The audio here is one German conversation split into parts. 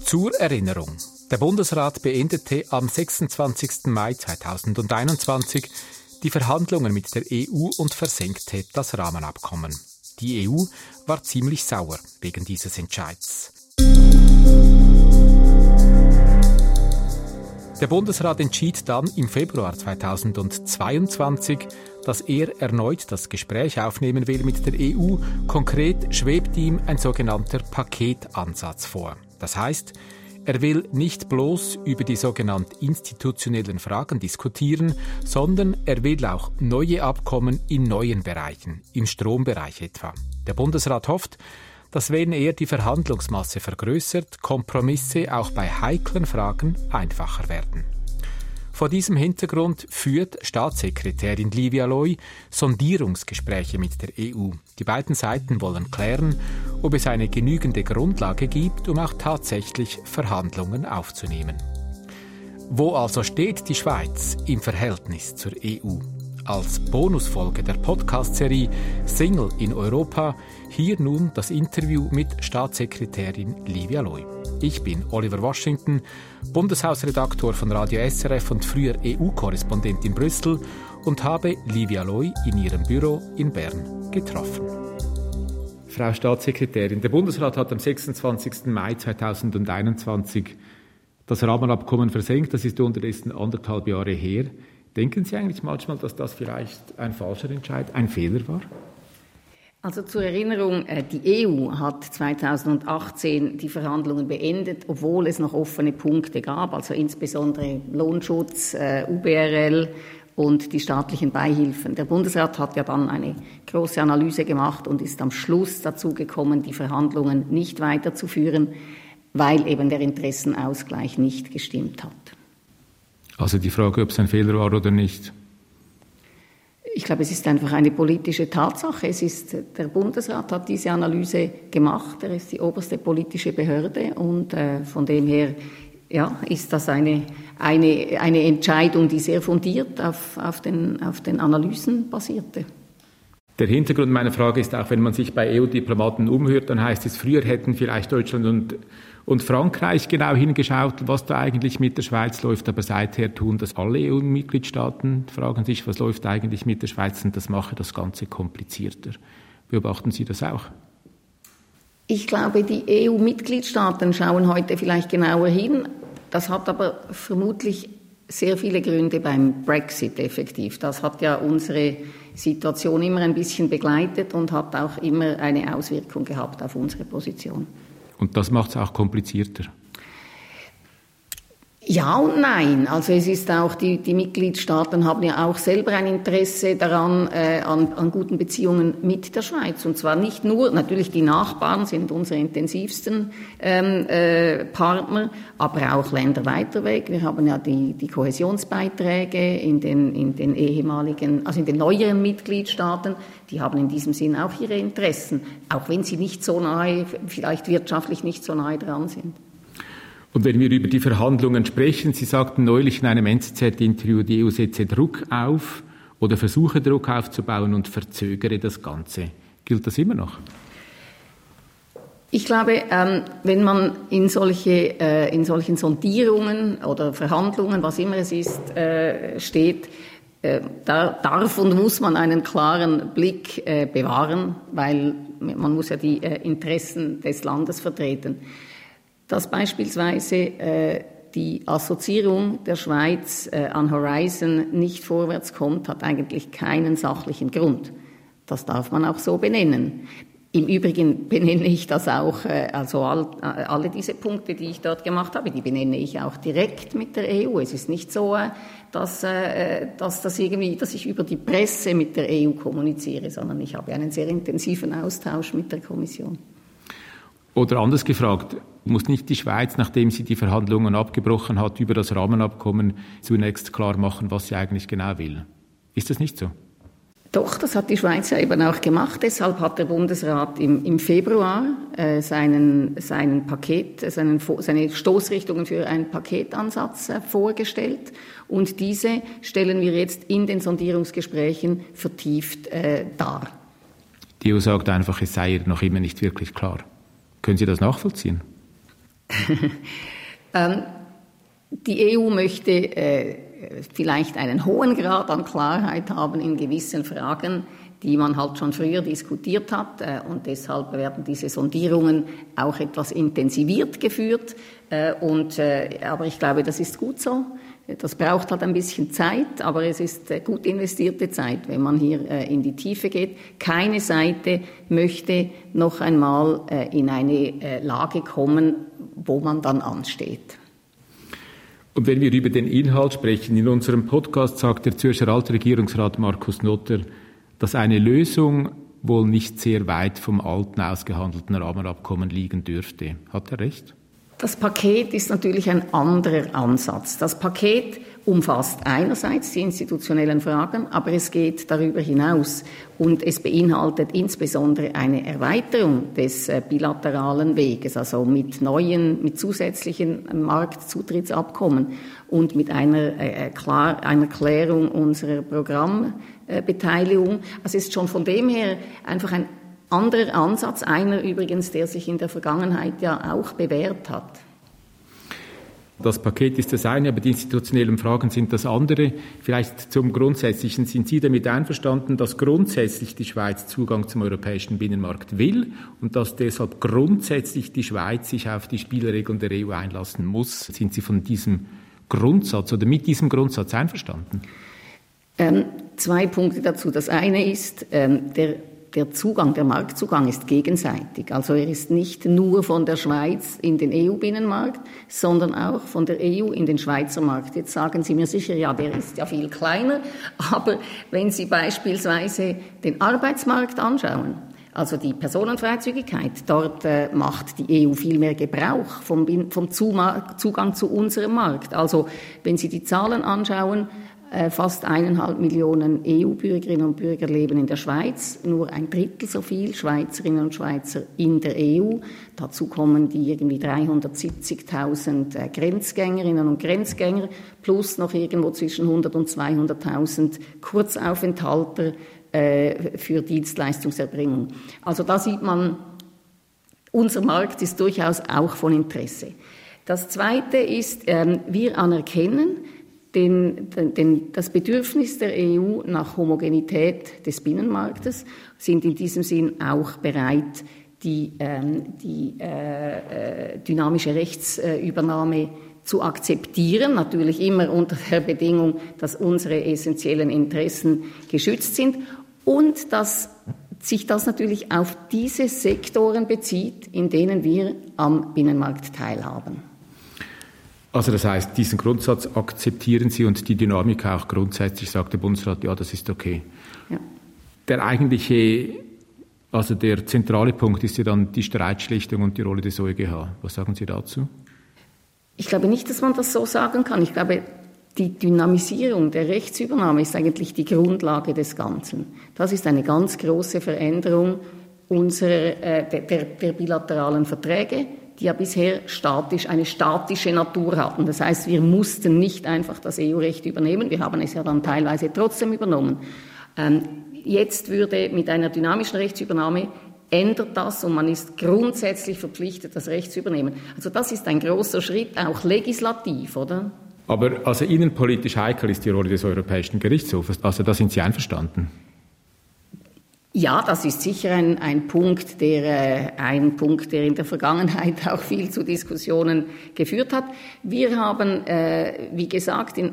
Zur Erinnerung. Der Bundesrat beendete am 26. Mai 2021 die Verhandlungen mit der EU und versenkte das Rahmenabkommen. Die EU war ziemlich sauer wegen dieses Entscheids. Der Bundesrat entschied dann im Februar 2022, dass er erneut das Gespräch aufnehmen will mit der EU. Konkret schwebt ihm ein sogenannter Paketansatz vor. Das heißt, er will nicht bloß über die sogenannten institutionellen Fragen diskutieren, sondern er will auch neue Abkommen in neuen Bereichen, im Strombereich etwa. Der Bundesrat hofft, dass wenn er die Verhandlungsmasse vergrößert, Kompromisse auch bei heiklen Fragen einfacher werden. Vor diesem Hintergrund führt Staatssekretärin Livia Loy Sondierungsgespräche mit der EU. Die beiden Seiten wollen klären, ob es eine genügende Grundlage gibt, um auch tatsächlich Verhandlungen aufzunehmen. Wo also steht die Schweiz im Verhältnis zur EU? Als Bonusfolge der Podcast-Serie Single in Europa hier nun das Interview mit Staatssekretärin Livia Loy. Ich bin Oliver Washington, Bundeshausredaktor von Radio SRF und früher EU-Korrespondent in Brüssel und habe Livia Loy in ihrem Büro in Bern getroffen. Frau Staatssekretärin, der Bundesrat hat am 26. Mai 2021 das Rahmenabkommen versenkt. Das ist unterdessen 1,5 Jahre her. Denken Sie eigentlich manchmal, dass das vielleicht ein falscher Entscheid, ein Fehler war? Also zur Erinnerung, die EU hat 2018 die Verhandlungen beendet, obwohl es noch offene Punkte gab, also insbesondere Lohnschutz, UBRL und die staatlichen Beihilfen. Der Bundesrat hat ja dann eine große Analyse gemacht und ist am Schluss dazu gekommen, die Verhandlungen nicht weiterzuführen, weil eben der Interessenausgleich nicht gestimmt hat. Also die Frage, ob es ein Fehler war oder nicht? Ich glaube, es ist einfach eine politische Tatsache. Der Bundesrat hat diese Analyse gemacht. Er ist die oberste politische Behörde und von dem her ist das eine Entscheidung, die sehr fundiert auf den Analysen basierte. Der Hintergrund meiner Frage ist auch, wenn man sich bei EU-Diplomaten umhört, dann heißt es, früher hätten vielleicht Deutschland und Frankreich genau hingeschaut, was da eigentlich mit der Schweiz läuft. Aber seither tun das alle EU-Mitgliedstaaten, fragen sich, was läuft eigentlich mit der Schweiz, und das mache das Ganze komplizierter. Beobachten Sie das auch? Ich glaube, die EU-Mitgliedstaaten schauen heute vielleicht genauer hin. Das hat aber vermutlich sehr viele Gründe beim Brexit effektiv. Das hat ja unsere Situation immer ein bisschen begleitet und hat auch immer eine Auswirkung gehabt auf unsere Position. Und das macht es auch komplizierter? Ja und nein. Also es ist auch, die Mitgliedstaaten haben ja auch selber ein Interesse daran, an guten Beziehungen mit der Schweiz. Und zwar nicht nur, natürlich die Nachbarn sind unsere intensivsten Partner, aber auch Länder weiter weg. Wir haben ja die Kohäsionsbeiträge in den ehemaligen, also in den neueren Mitgliedstaaten. Die haben in diesem Sinn auch ihre Interessen, auch wenn sie nicht so nahe, vielleicht wirtschaftlich nicht so nahe dran sind. Und wenn wir über die Verhandlungen sprechen, Sie sagten neulich in einem NZZ-Interview, die EU setze Druck auf oder versuche Druck aufzubauen und verzögere das Ganze. Gilt das immer noch? Ich glaube, wenn man in solchen Sondierungen oder Verhandlungen, was immer es ist, steht, da darf und muss man einen klaren Blick bewahren, weil man muss ja die Interessen des Landes vertreten. Dass beispielsweise die Assoziierung der Schweiz an Horizon nicht vorwärts kommt, hat eigentlich keinen sachlichen Grund. Das darf man auch so benennen. Im Übrigen benenne ich das auch, also alle diese Punkte, die ich dort gemacht habe, die benenne ich auch direkt mit der EU. Es ist nicht so, dass ich über die Presse mit der EU kommuniziere, sondern ich habe einen sehr intensiven Austausch mit der Kommission. Oder anders gefragt, muss nicht die Schweiz, nachdem sie die Verhandlungen abgebrochen hat über das Rahmenabkommen, zunächst klar machen, was sie eigentlich genau will? Ist das nicht so? Doch, das hat die Schweiz ja eben auch gemacht. Deshalb hat der Bundesrat im Februar seine Stoßrichtungen für einen Paketansatz vorgestellt. Und diese stellen wir jetzt in den Sondierungsgesprächen vertieft dar. Die EU sagt einfach, es sei ihr noch immer nicht wirklich klar. Können Sie das nachvollziehen? Die EU möchte vielleicht einen hohen Grad an Klarheit haben in gewissen Fragen, die man halt schon früher diskutiert hat. Und deshalb werden diese Sondierungen auch etwas intensiviert geführt. Aber ich glaube, das ist gut so. Das braucht halt ein bisschen Zeit, aber es ist gut investierte Zeit, wenn man hier in die Tiefe geht. Keine Seite möchte noch einmal in eine Lage kommen, wo man dann ansteht. Und wenn wir über den Inhalt sprechen, in unserem Podcast sagt der Zürcher Altregierungsrat Markus Notter, dass eine Lösung wohl nicht sehr weit vom alten ausgehandelten Rahmenabkommen liegen dürfte. Hat er recht? Das Paket ist natürlich ein anderer Ansatz. Das Paket umfasst einerseits die institutionellen Fragen, aber es geht darüber hinaus und es beinhaltet insbesondere eine Erweiterung des bilateralen Weges, also mit zusätzlichen Marktzutrittsabkommen und mit einer Klärung unserer Programmbeteiligung. Also es ist schon von dem her einfach ein anderer Ansatz, einer übrigens, der sich in der Vergangenheit ja auch bewährt hat. Das Paket ist das eine, aber die institutionellen Fragen sind das andere. Vielleicht zum Grundsätzlichen. Sind Sie damit einverstanden, dass grundsätzlich die Schweiz Zugang zum europäischen Binnenmarkt will und dass deshalb grundsätzlich die Schweiz sich auf die Spielregeln der EU einlassen muss? Sind Sie von diesem Grundsatz oder mit diesem Grundsatz einverstanden? 2 Punkte dazu. Das eine ist, der Marktzugang ist gegenseitig. Also er ist nicht nur von der Schweiz in den EU-Binnenmarkt, sondern auch von der EU in den Schweizer Markt. Jetzt sagen Sie mir sicher, ja, der ist ja viel kleiner. Aber wenn Sie beispielsweise den Arbeitsmarkt anschauen, also die Personenfreizügigkeit, dort macht die EU viel mehr Gebrauch vom Zugang zu unserem Markt. Also wenn Sie die Zahlen anschauen, fast 1,5 Millionen EU-Bürgerinnen und Bürger leben in der Schweiz, nur 1/3 so viel Schweizerinnen und Schweizer in der EU. Dazu kommen die irgendwie 370.000 Grenzgängerinnen und Grenzgänger plus noch irgendwo zwischen 100.000 und 200.000 Kurzaufenthalter für Dienstleistungserbringung. Also da sieht man, unser Markt ist durchaus auch von Interesse. Das Zweite ist, wir anerkennen das Bedürfnis der EU nach Homogenität des Binnenmarktes, sind in diesem Sinn auch bereit, die dynamische Rechtsübernahme zu akzeptieren, natürlich immer unter der Bedingung, dass unsere essentiellen Interessen geschützt sind und dass sich das natürlich auf diese Sektoren bezieht, in denen wir am Binnenmarkt teilhaben. Also das heißt, diesen Grundsatz akzeptieren Sie und die Dynamik auch grundsätzlich, sagt der Bundesrat, ja, das ist okay. Ja. Der zentrale Punkt ist ja dann die Streitschlichtung und die Rolle des EuGH. Was sagen Sie dazu? Ich glaube nicht, dass man das so sagen kann. Ich glaube, die Dynamisierung der Rechtsübernahme ist eigentlich die Grundlage des Ganzen. Das ist eine ganz große Veränderung der bilateralen Verträge, die ja bisher eine statische Natur hatten. Das heißt, wir mussten nicht einfach das EU-Recht übernehmen, wir haben es ja dann teilweise trotzdem übernommen. Jetzt würde mit einer dynamischen Rechtsübernahme ändert das und man ist grundsätzlich verpflichtet, das Recht zu übernehmen. Also das ist ein großer Schritt, auch legislativ, oder? Aber also innenpolitisch heikel ist die Rolle des Europäischen Gerichtshofes. Also da sind Sie einverstanden? Ja, das ist sicher ein Punkt, der in der Vergangenheit auch viel zu Diskussionen geführt hat. Wir haben, wie gesagt, sind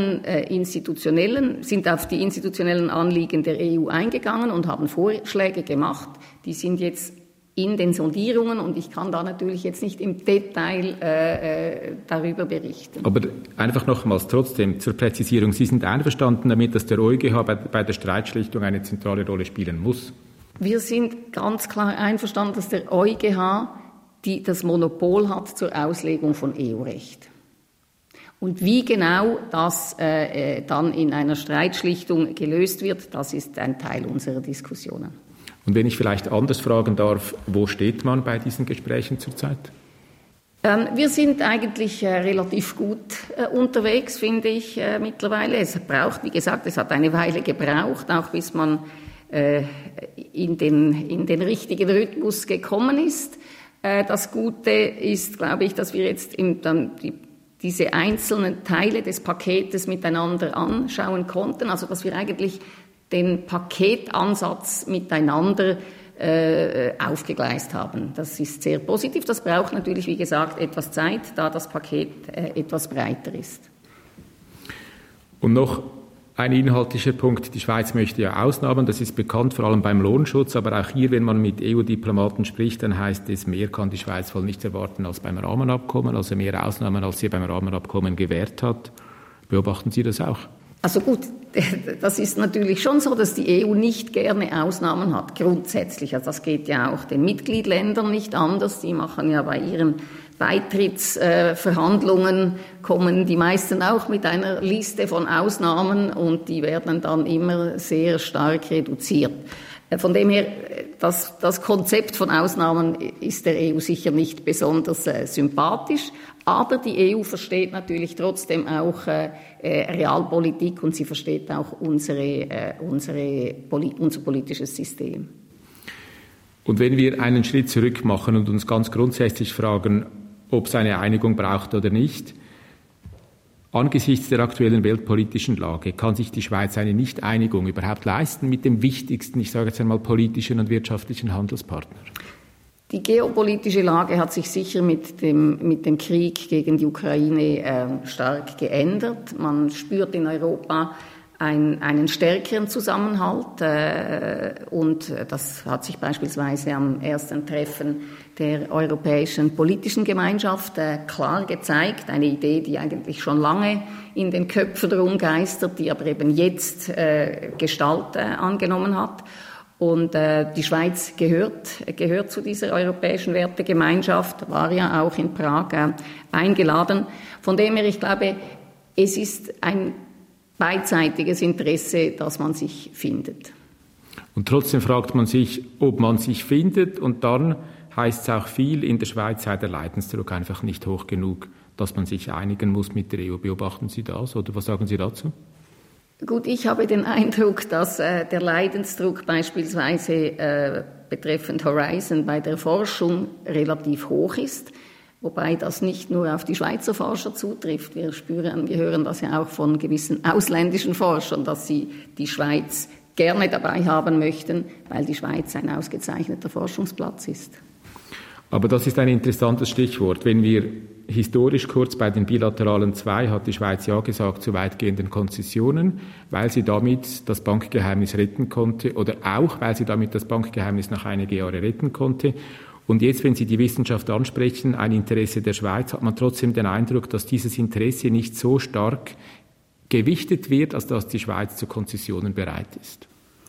auf die institutionellen Anliegen der EU eingegangen und haben Vorschläge gemacht. Die sind jetzt in den Sondierungen und ich kann da natürlich jetzt nicht im Detail darüber berichten. Aber einfach nochmals trotzdem zur Präzisierung, Sie sind einverstanden damit, dass der EuGH bei der Streitschlichtung eine zentrale Rolle spielen muss? Wir sind ganz klar einverstanden, dass der EuGH das Monopol hat zur Auslegung von EU-Recht. Und wie genau das dann in einer Streitschlichtung gelöst wird, das ist ein Teil unserer Diskussionen. Und wenn ich vielleicht anders fragen darf, wo steht man bei diesen Gesprächen zurzeit? Wir sind eigentlich relativ gut unterwegs, finde ich, mittlerweile. Es hat eine Weile gebraucht, auch bis man in den richtigen Rhythmus gekommen ist. Das Gute ist, glaube ich, dass wir jetzt diese einzelnen Teile des Paketes miteinander anschauen konnten, also dass wir eigentlich den Paketansatz miteinander aufgegleist haben. Das ist sehr positiv. Das braucht natürlich, wie gesagt, etwas Zeit, da das Paket etwas breiter ist. Und noch ein inhaltlicher Punkt. Die Schweiz möchte ja Ausnahmen, das ist bekannt, vor allem beim Lohnschutz. Aber auch hier, wenn man mit EU-Diplomaten spricht, dann heißt es, mehr kann die Schweiz wohl nicht erwarten als beim Rahmenabkommen, also mehr Ausnahmen, als sie beim Rahmenabkommen gewährt hat. Beobachten Sie das auch? Also gut, das ist natürlich schon so, dass die EU nicht gerne Ausnahmen hat, grundsätzlich. Also das geht ja auch den Mitgliedsländern nicht anders. Die machen ja bei ihren Beitrittsverhandlungen, kommen die meisten auch mit einer Liste von Ausnahmen und die werden dann immer sehr stark reduziert. Von dem her, das Konzept von Ausnahmen ist der EU sicher nicht besonders sympathisch, aber die EU versteht natürlich trotzdem auch Realpolitik und sie versteht auch unser politisches System. Und wenn wir einen Schritt zurück machen und uns ganz grundsätzlich fragen, ob es eine Einigung braucht oder nicht, angesichts der aktuellen weltpolitischen Lage kann sich die Schweiz eine Nicht-Einigung überhaupt leisten mit dem wichtigsten, ich sage jetzt einmal, politischen und wirtschaftlichen Handelspartner? Die geopolitische Lage hat sich sicher mit dem Krieg gegen die Ukraine stark geändert. Man spürt in Europa einen stärkeren Zusammenhalt und das hat sich beispielsweise am ersten Treffen der Europäischen Politischen Gemeinschaft klar gezeigt. Eine Idee, die eigentlich schon lange in den Köpfen rumgeistert, die aber eben jetzt Gestalt angenommen hat. Und die Schweiz gehört zu dieser europäischen Wertegemeinschaft, war ja auch in Prag eingeladen. Von dem her, ich glaube, es ist ein beidseitiges Interesse, dass man sich findet. Und trotzdem fragt man sich, ob man sich findet, und dann heißt es auch viel, in der Schweiz sei der Leidensdruck einfach nicht hoch genug, dass man sich einigen muss mit der EU. Beobachten Sie das oder was sagen Sie dazu? Gut, ich habe den Eindruck, dass der Leidensdruck beispielsweise betreffend Horizon bei der Forschung relativ hoch ist. Wobei das nicht nur auf die Schweizer Forscher zutrifft. Wir hören das ja auch von gewissen ausländischen Forschern, dass sie die Schweiz gerne dabei haben möchten, weil die Schweiz ein ausgezeichneter Forschungsplatz ist. Aber das ist ein interessantes Stichwort. Wenn wir historisch kurz bei den bilateralen 2 hat die Schweiz ja gesagt zu weitgehenden Konzessionen, weil sie damit das Bankgeheimnis retten konnte oder auch, weil sie damit das Bankgeheimnis nach einigen Jahren retten konnte. Und jetzt, wenn Sie die Wissenschaft ansprechen, ein Interesse der Schweiz, hat man trotzdem den Eindruck, dass dieses Interesse nicht so stark gewichtet wird, als dass die Schweiz zu Konzessionen bereit ist.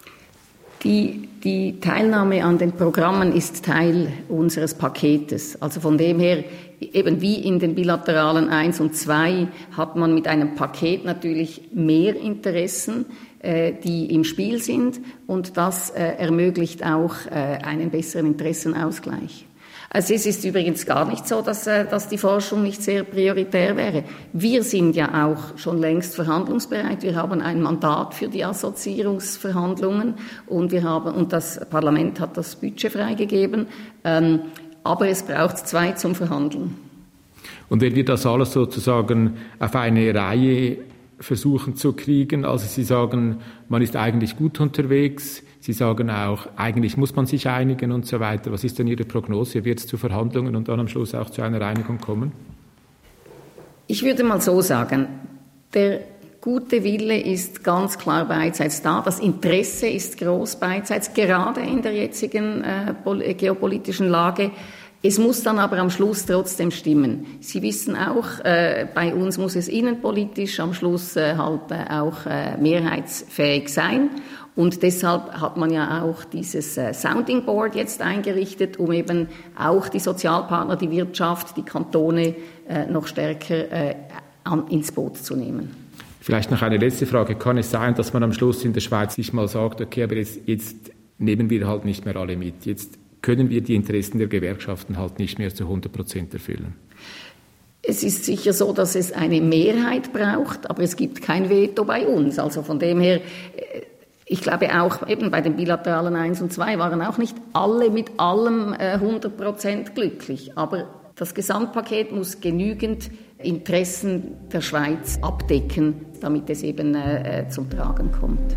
Die Teilnahme an den Programmen ist Teil unseres Paketes. Also von dem her, eben wie in den bilateralen 1 und 2, hat man mit einem Paket natürlich mehr Interessen, die im Spiel sind, und das ermöglicht auch einen besseren Interessenausgleich. Also es ist übrigens gar nicht so, dass die Forschung nicht sehr prioritär wäre. Wir sind ja auch schon längst verhandlungsbereit. Wir haben ein Mandat für die Assoziierungsverhandlungen und das Parlament hat das Budget freigegeben. Aber es braucht 2 zum Verhandeln. Und wenn wir das alles sozusagen auf eine Reihe versuchen zu kriegen, also Sie sagen, man ist eigentlich gut unterwegs, Sie sagen auch, eigentlich muss man sich einigen und so weiter. Was ist denn Ihre Prognose? Wird es zu Verhandlungen und dann am Schluss auch zu einer Einigung kommen? Ich würde mal so sagen, der gute Wille ist ganz klar beidseits da. Das Interesse ist groß beidseits, gerade in der jetzigen geopolitischen Lage. Es muss dann aber am Schluss trotzdem stimmen. Sie wissen auch, bei uns muss es innenpolitisch am Schluss auch mehrheitsfähig sein. Und deshalb hat man ja auch dieses Sounding Board jetzt eingerichtet, um eben auch die Sozialpartner, die Wirtschaft, die Kantone noch stärker ins Boot zu nehmen. Vielleicht noch eine letzte Frage. Kann es sein, dass man am Schluss in der Schweiz sich mal sagt, okay, aber jetzt nehmen wir halt nicht mehr alle mit. Jetzt können wir die Interessen der Gewerkschaften halt nicht mehr zu 100% erfüllen? Es ist sicher so, dass es eine Mehrheit braucht, aber es gibt kein Veto bei uns. Also von dem her, Ich glaube auch, eben bei den bilateralen 1 und 2 waren auch nicht alle mit allem 100% glücklich. Aber das Gesamtpaket muss genügend Interessen der Schweiz abdecken, damit es eben zum Tragen kommt.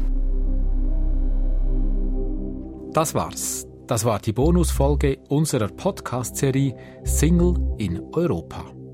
Das war's. Das war die Bonusfolge unserer Podcast-Serie Single in Europa.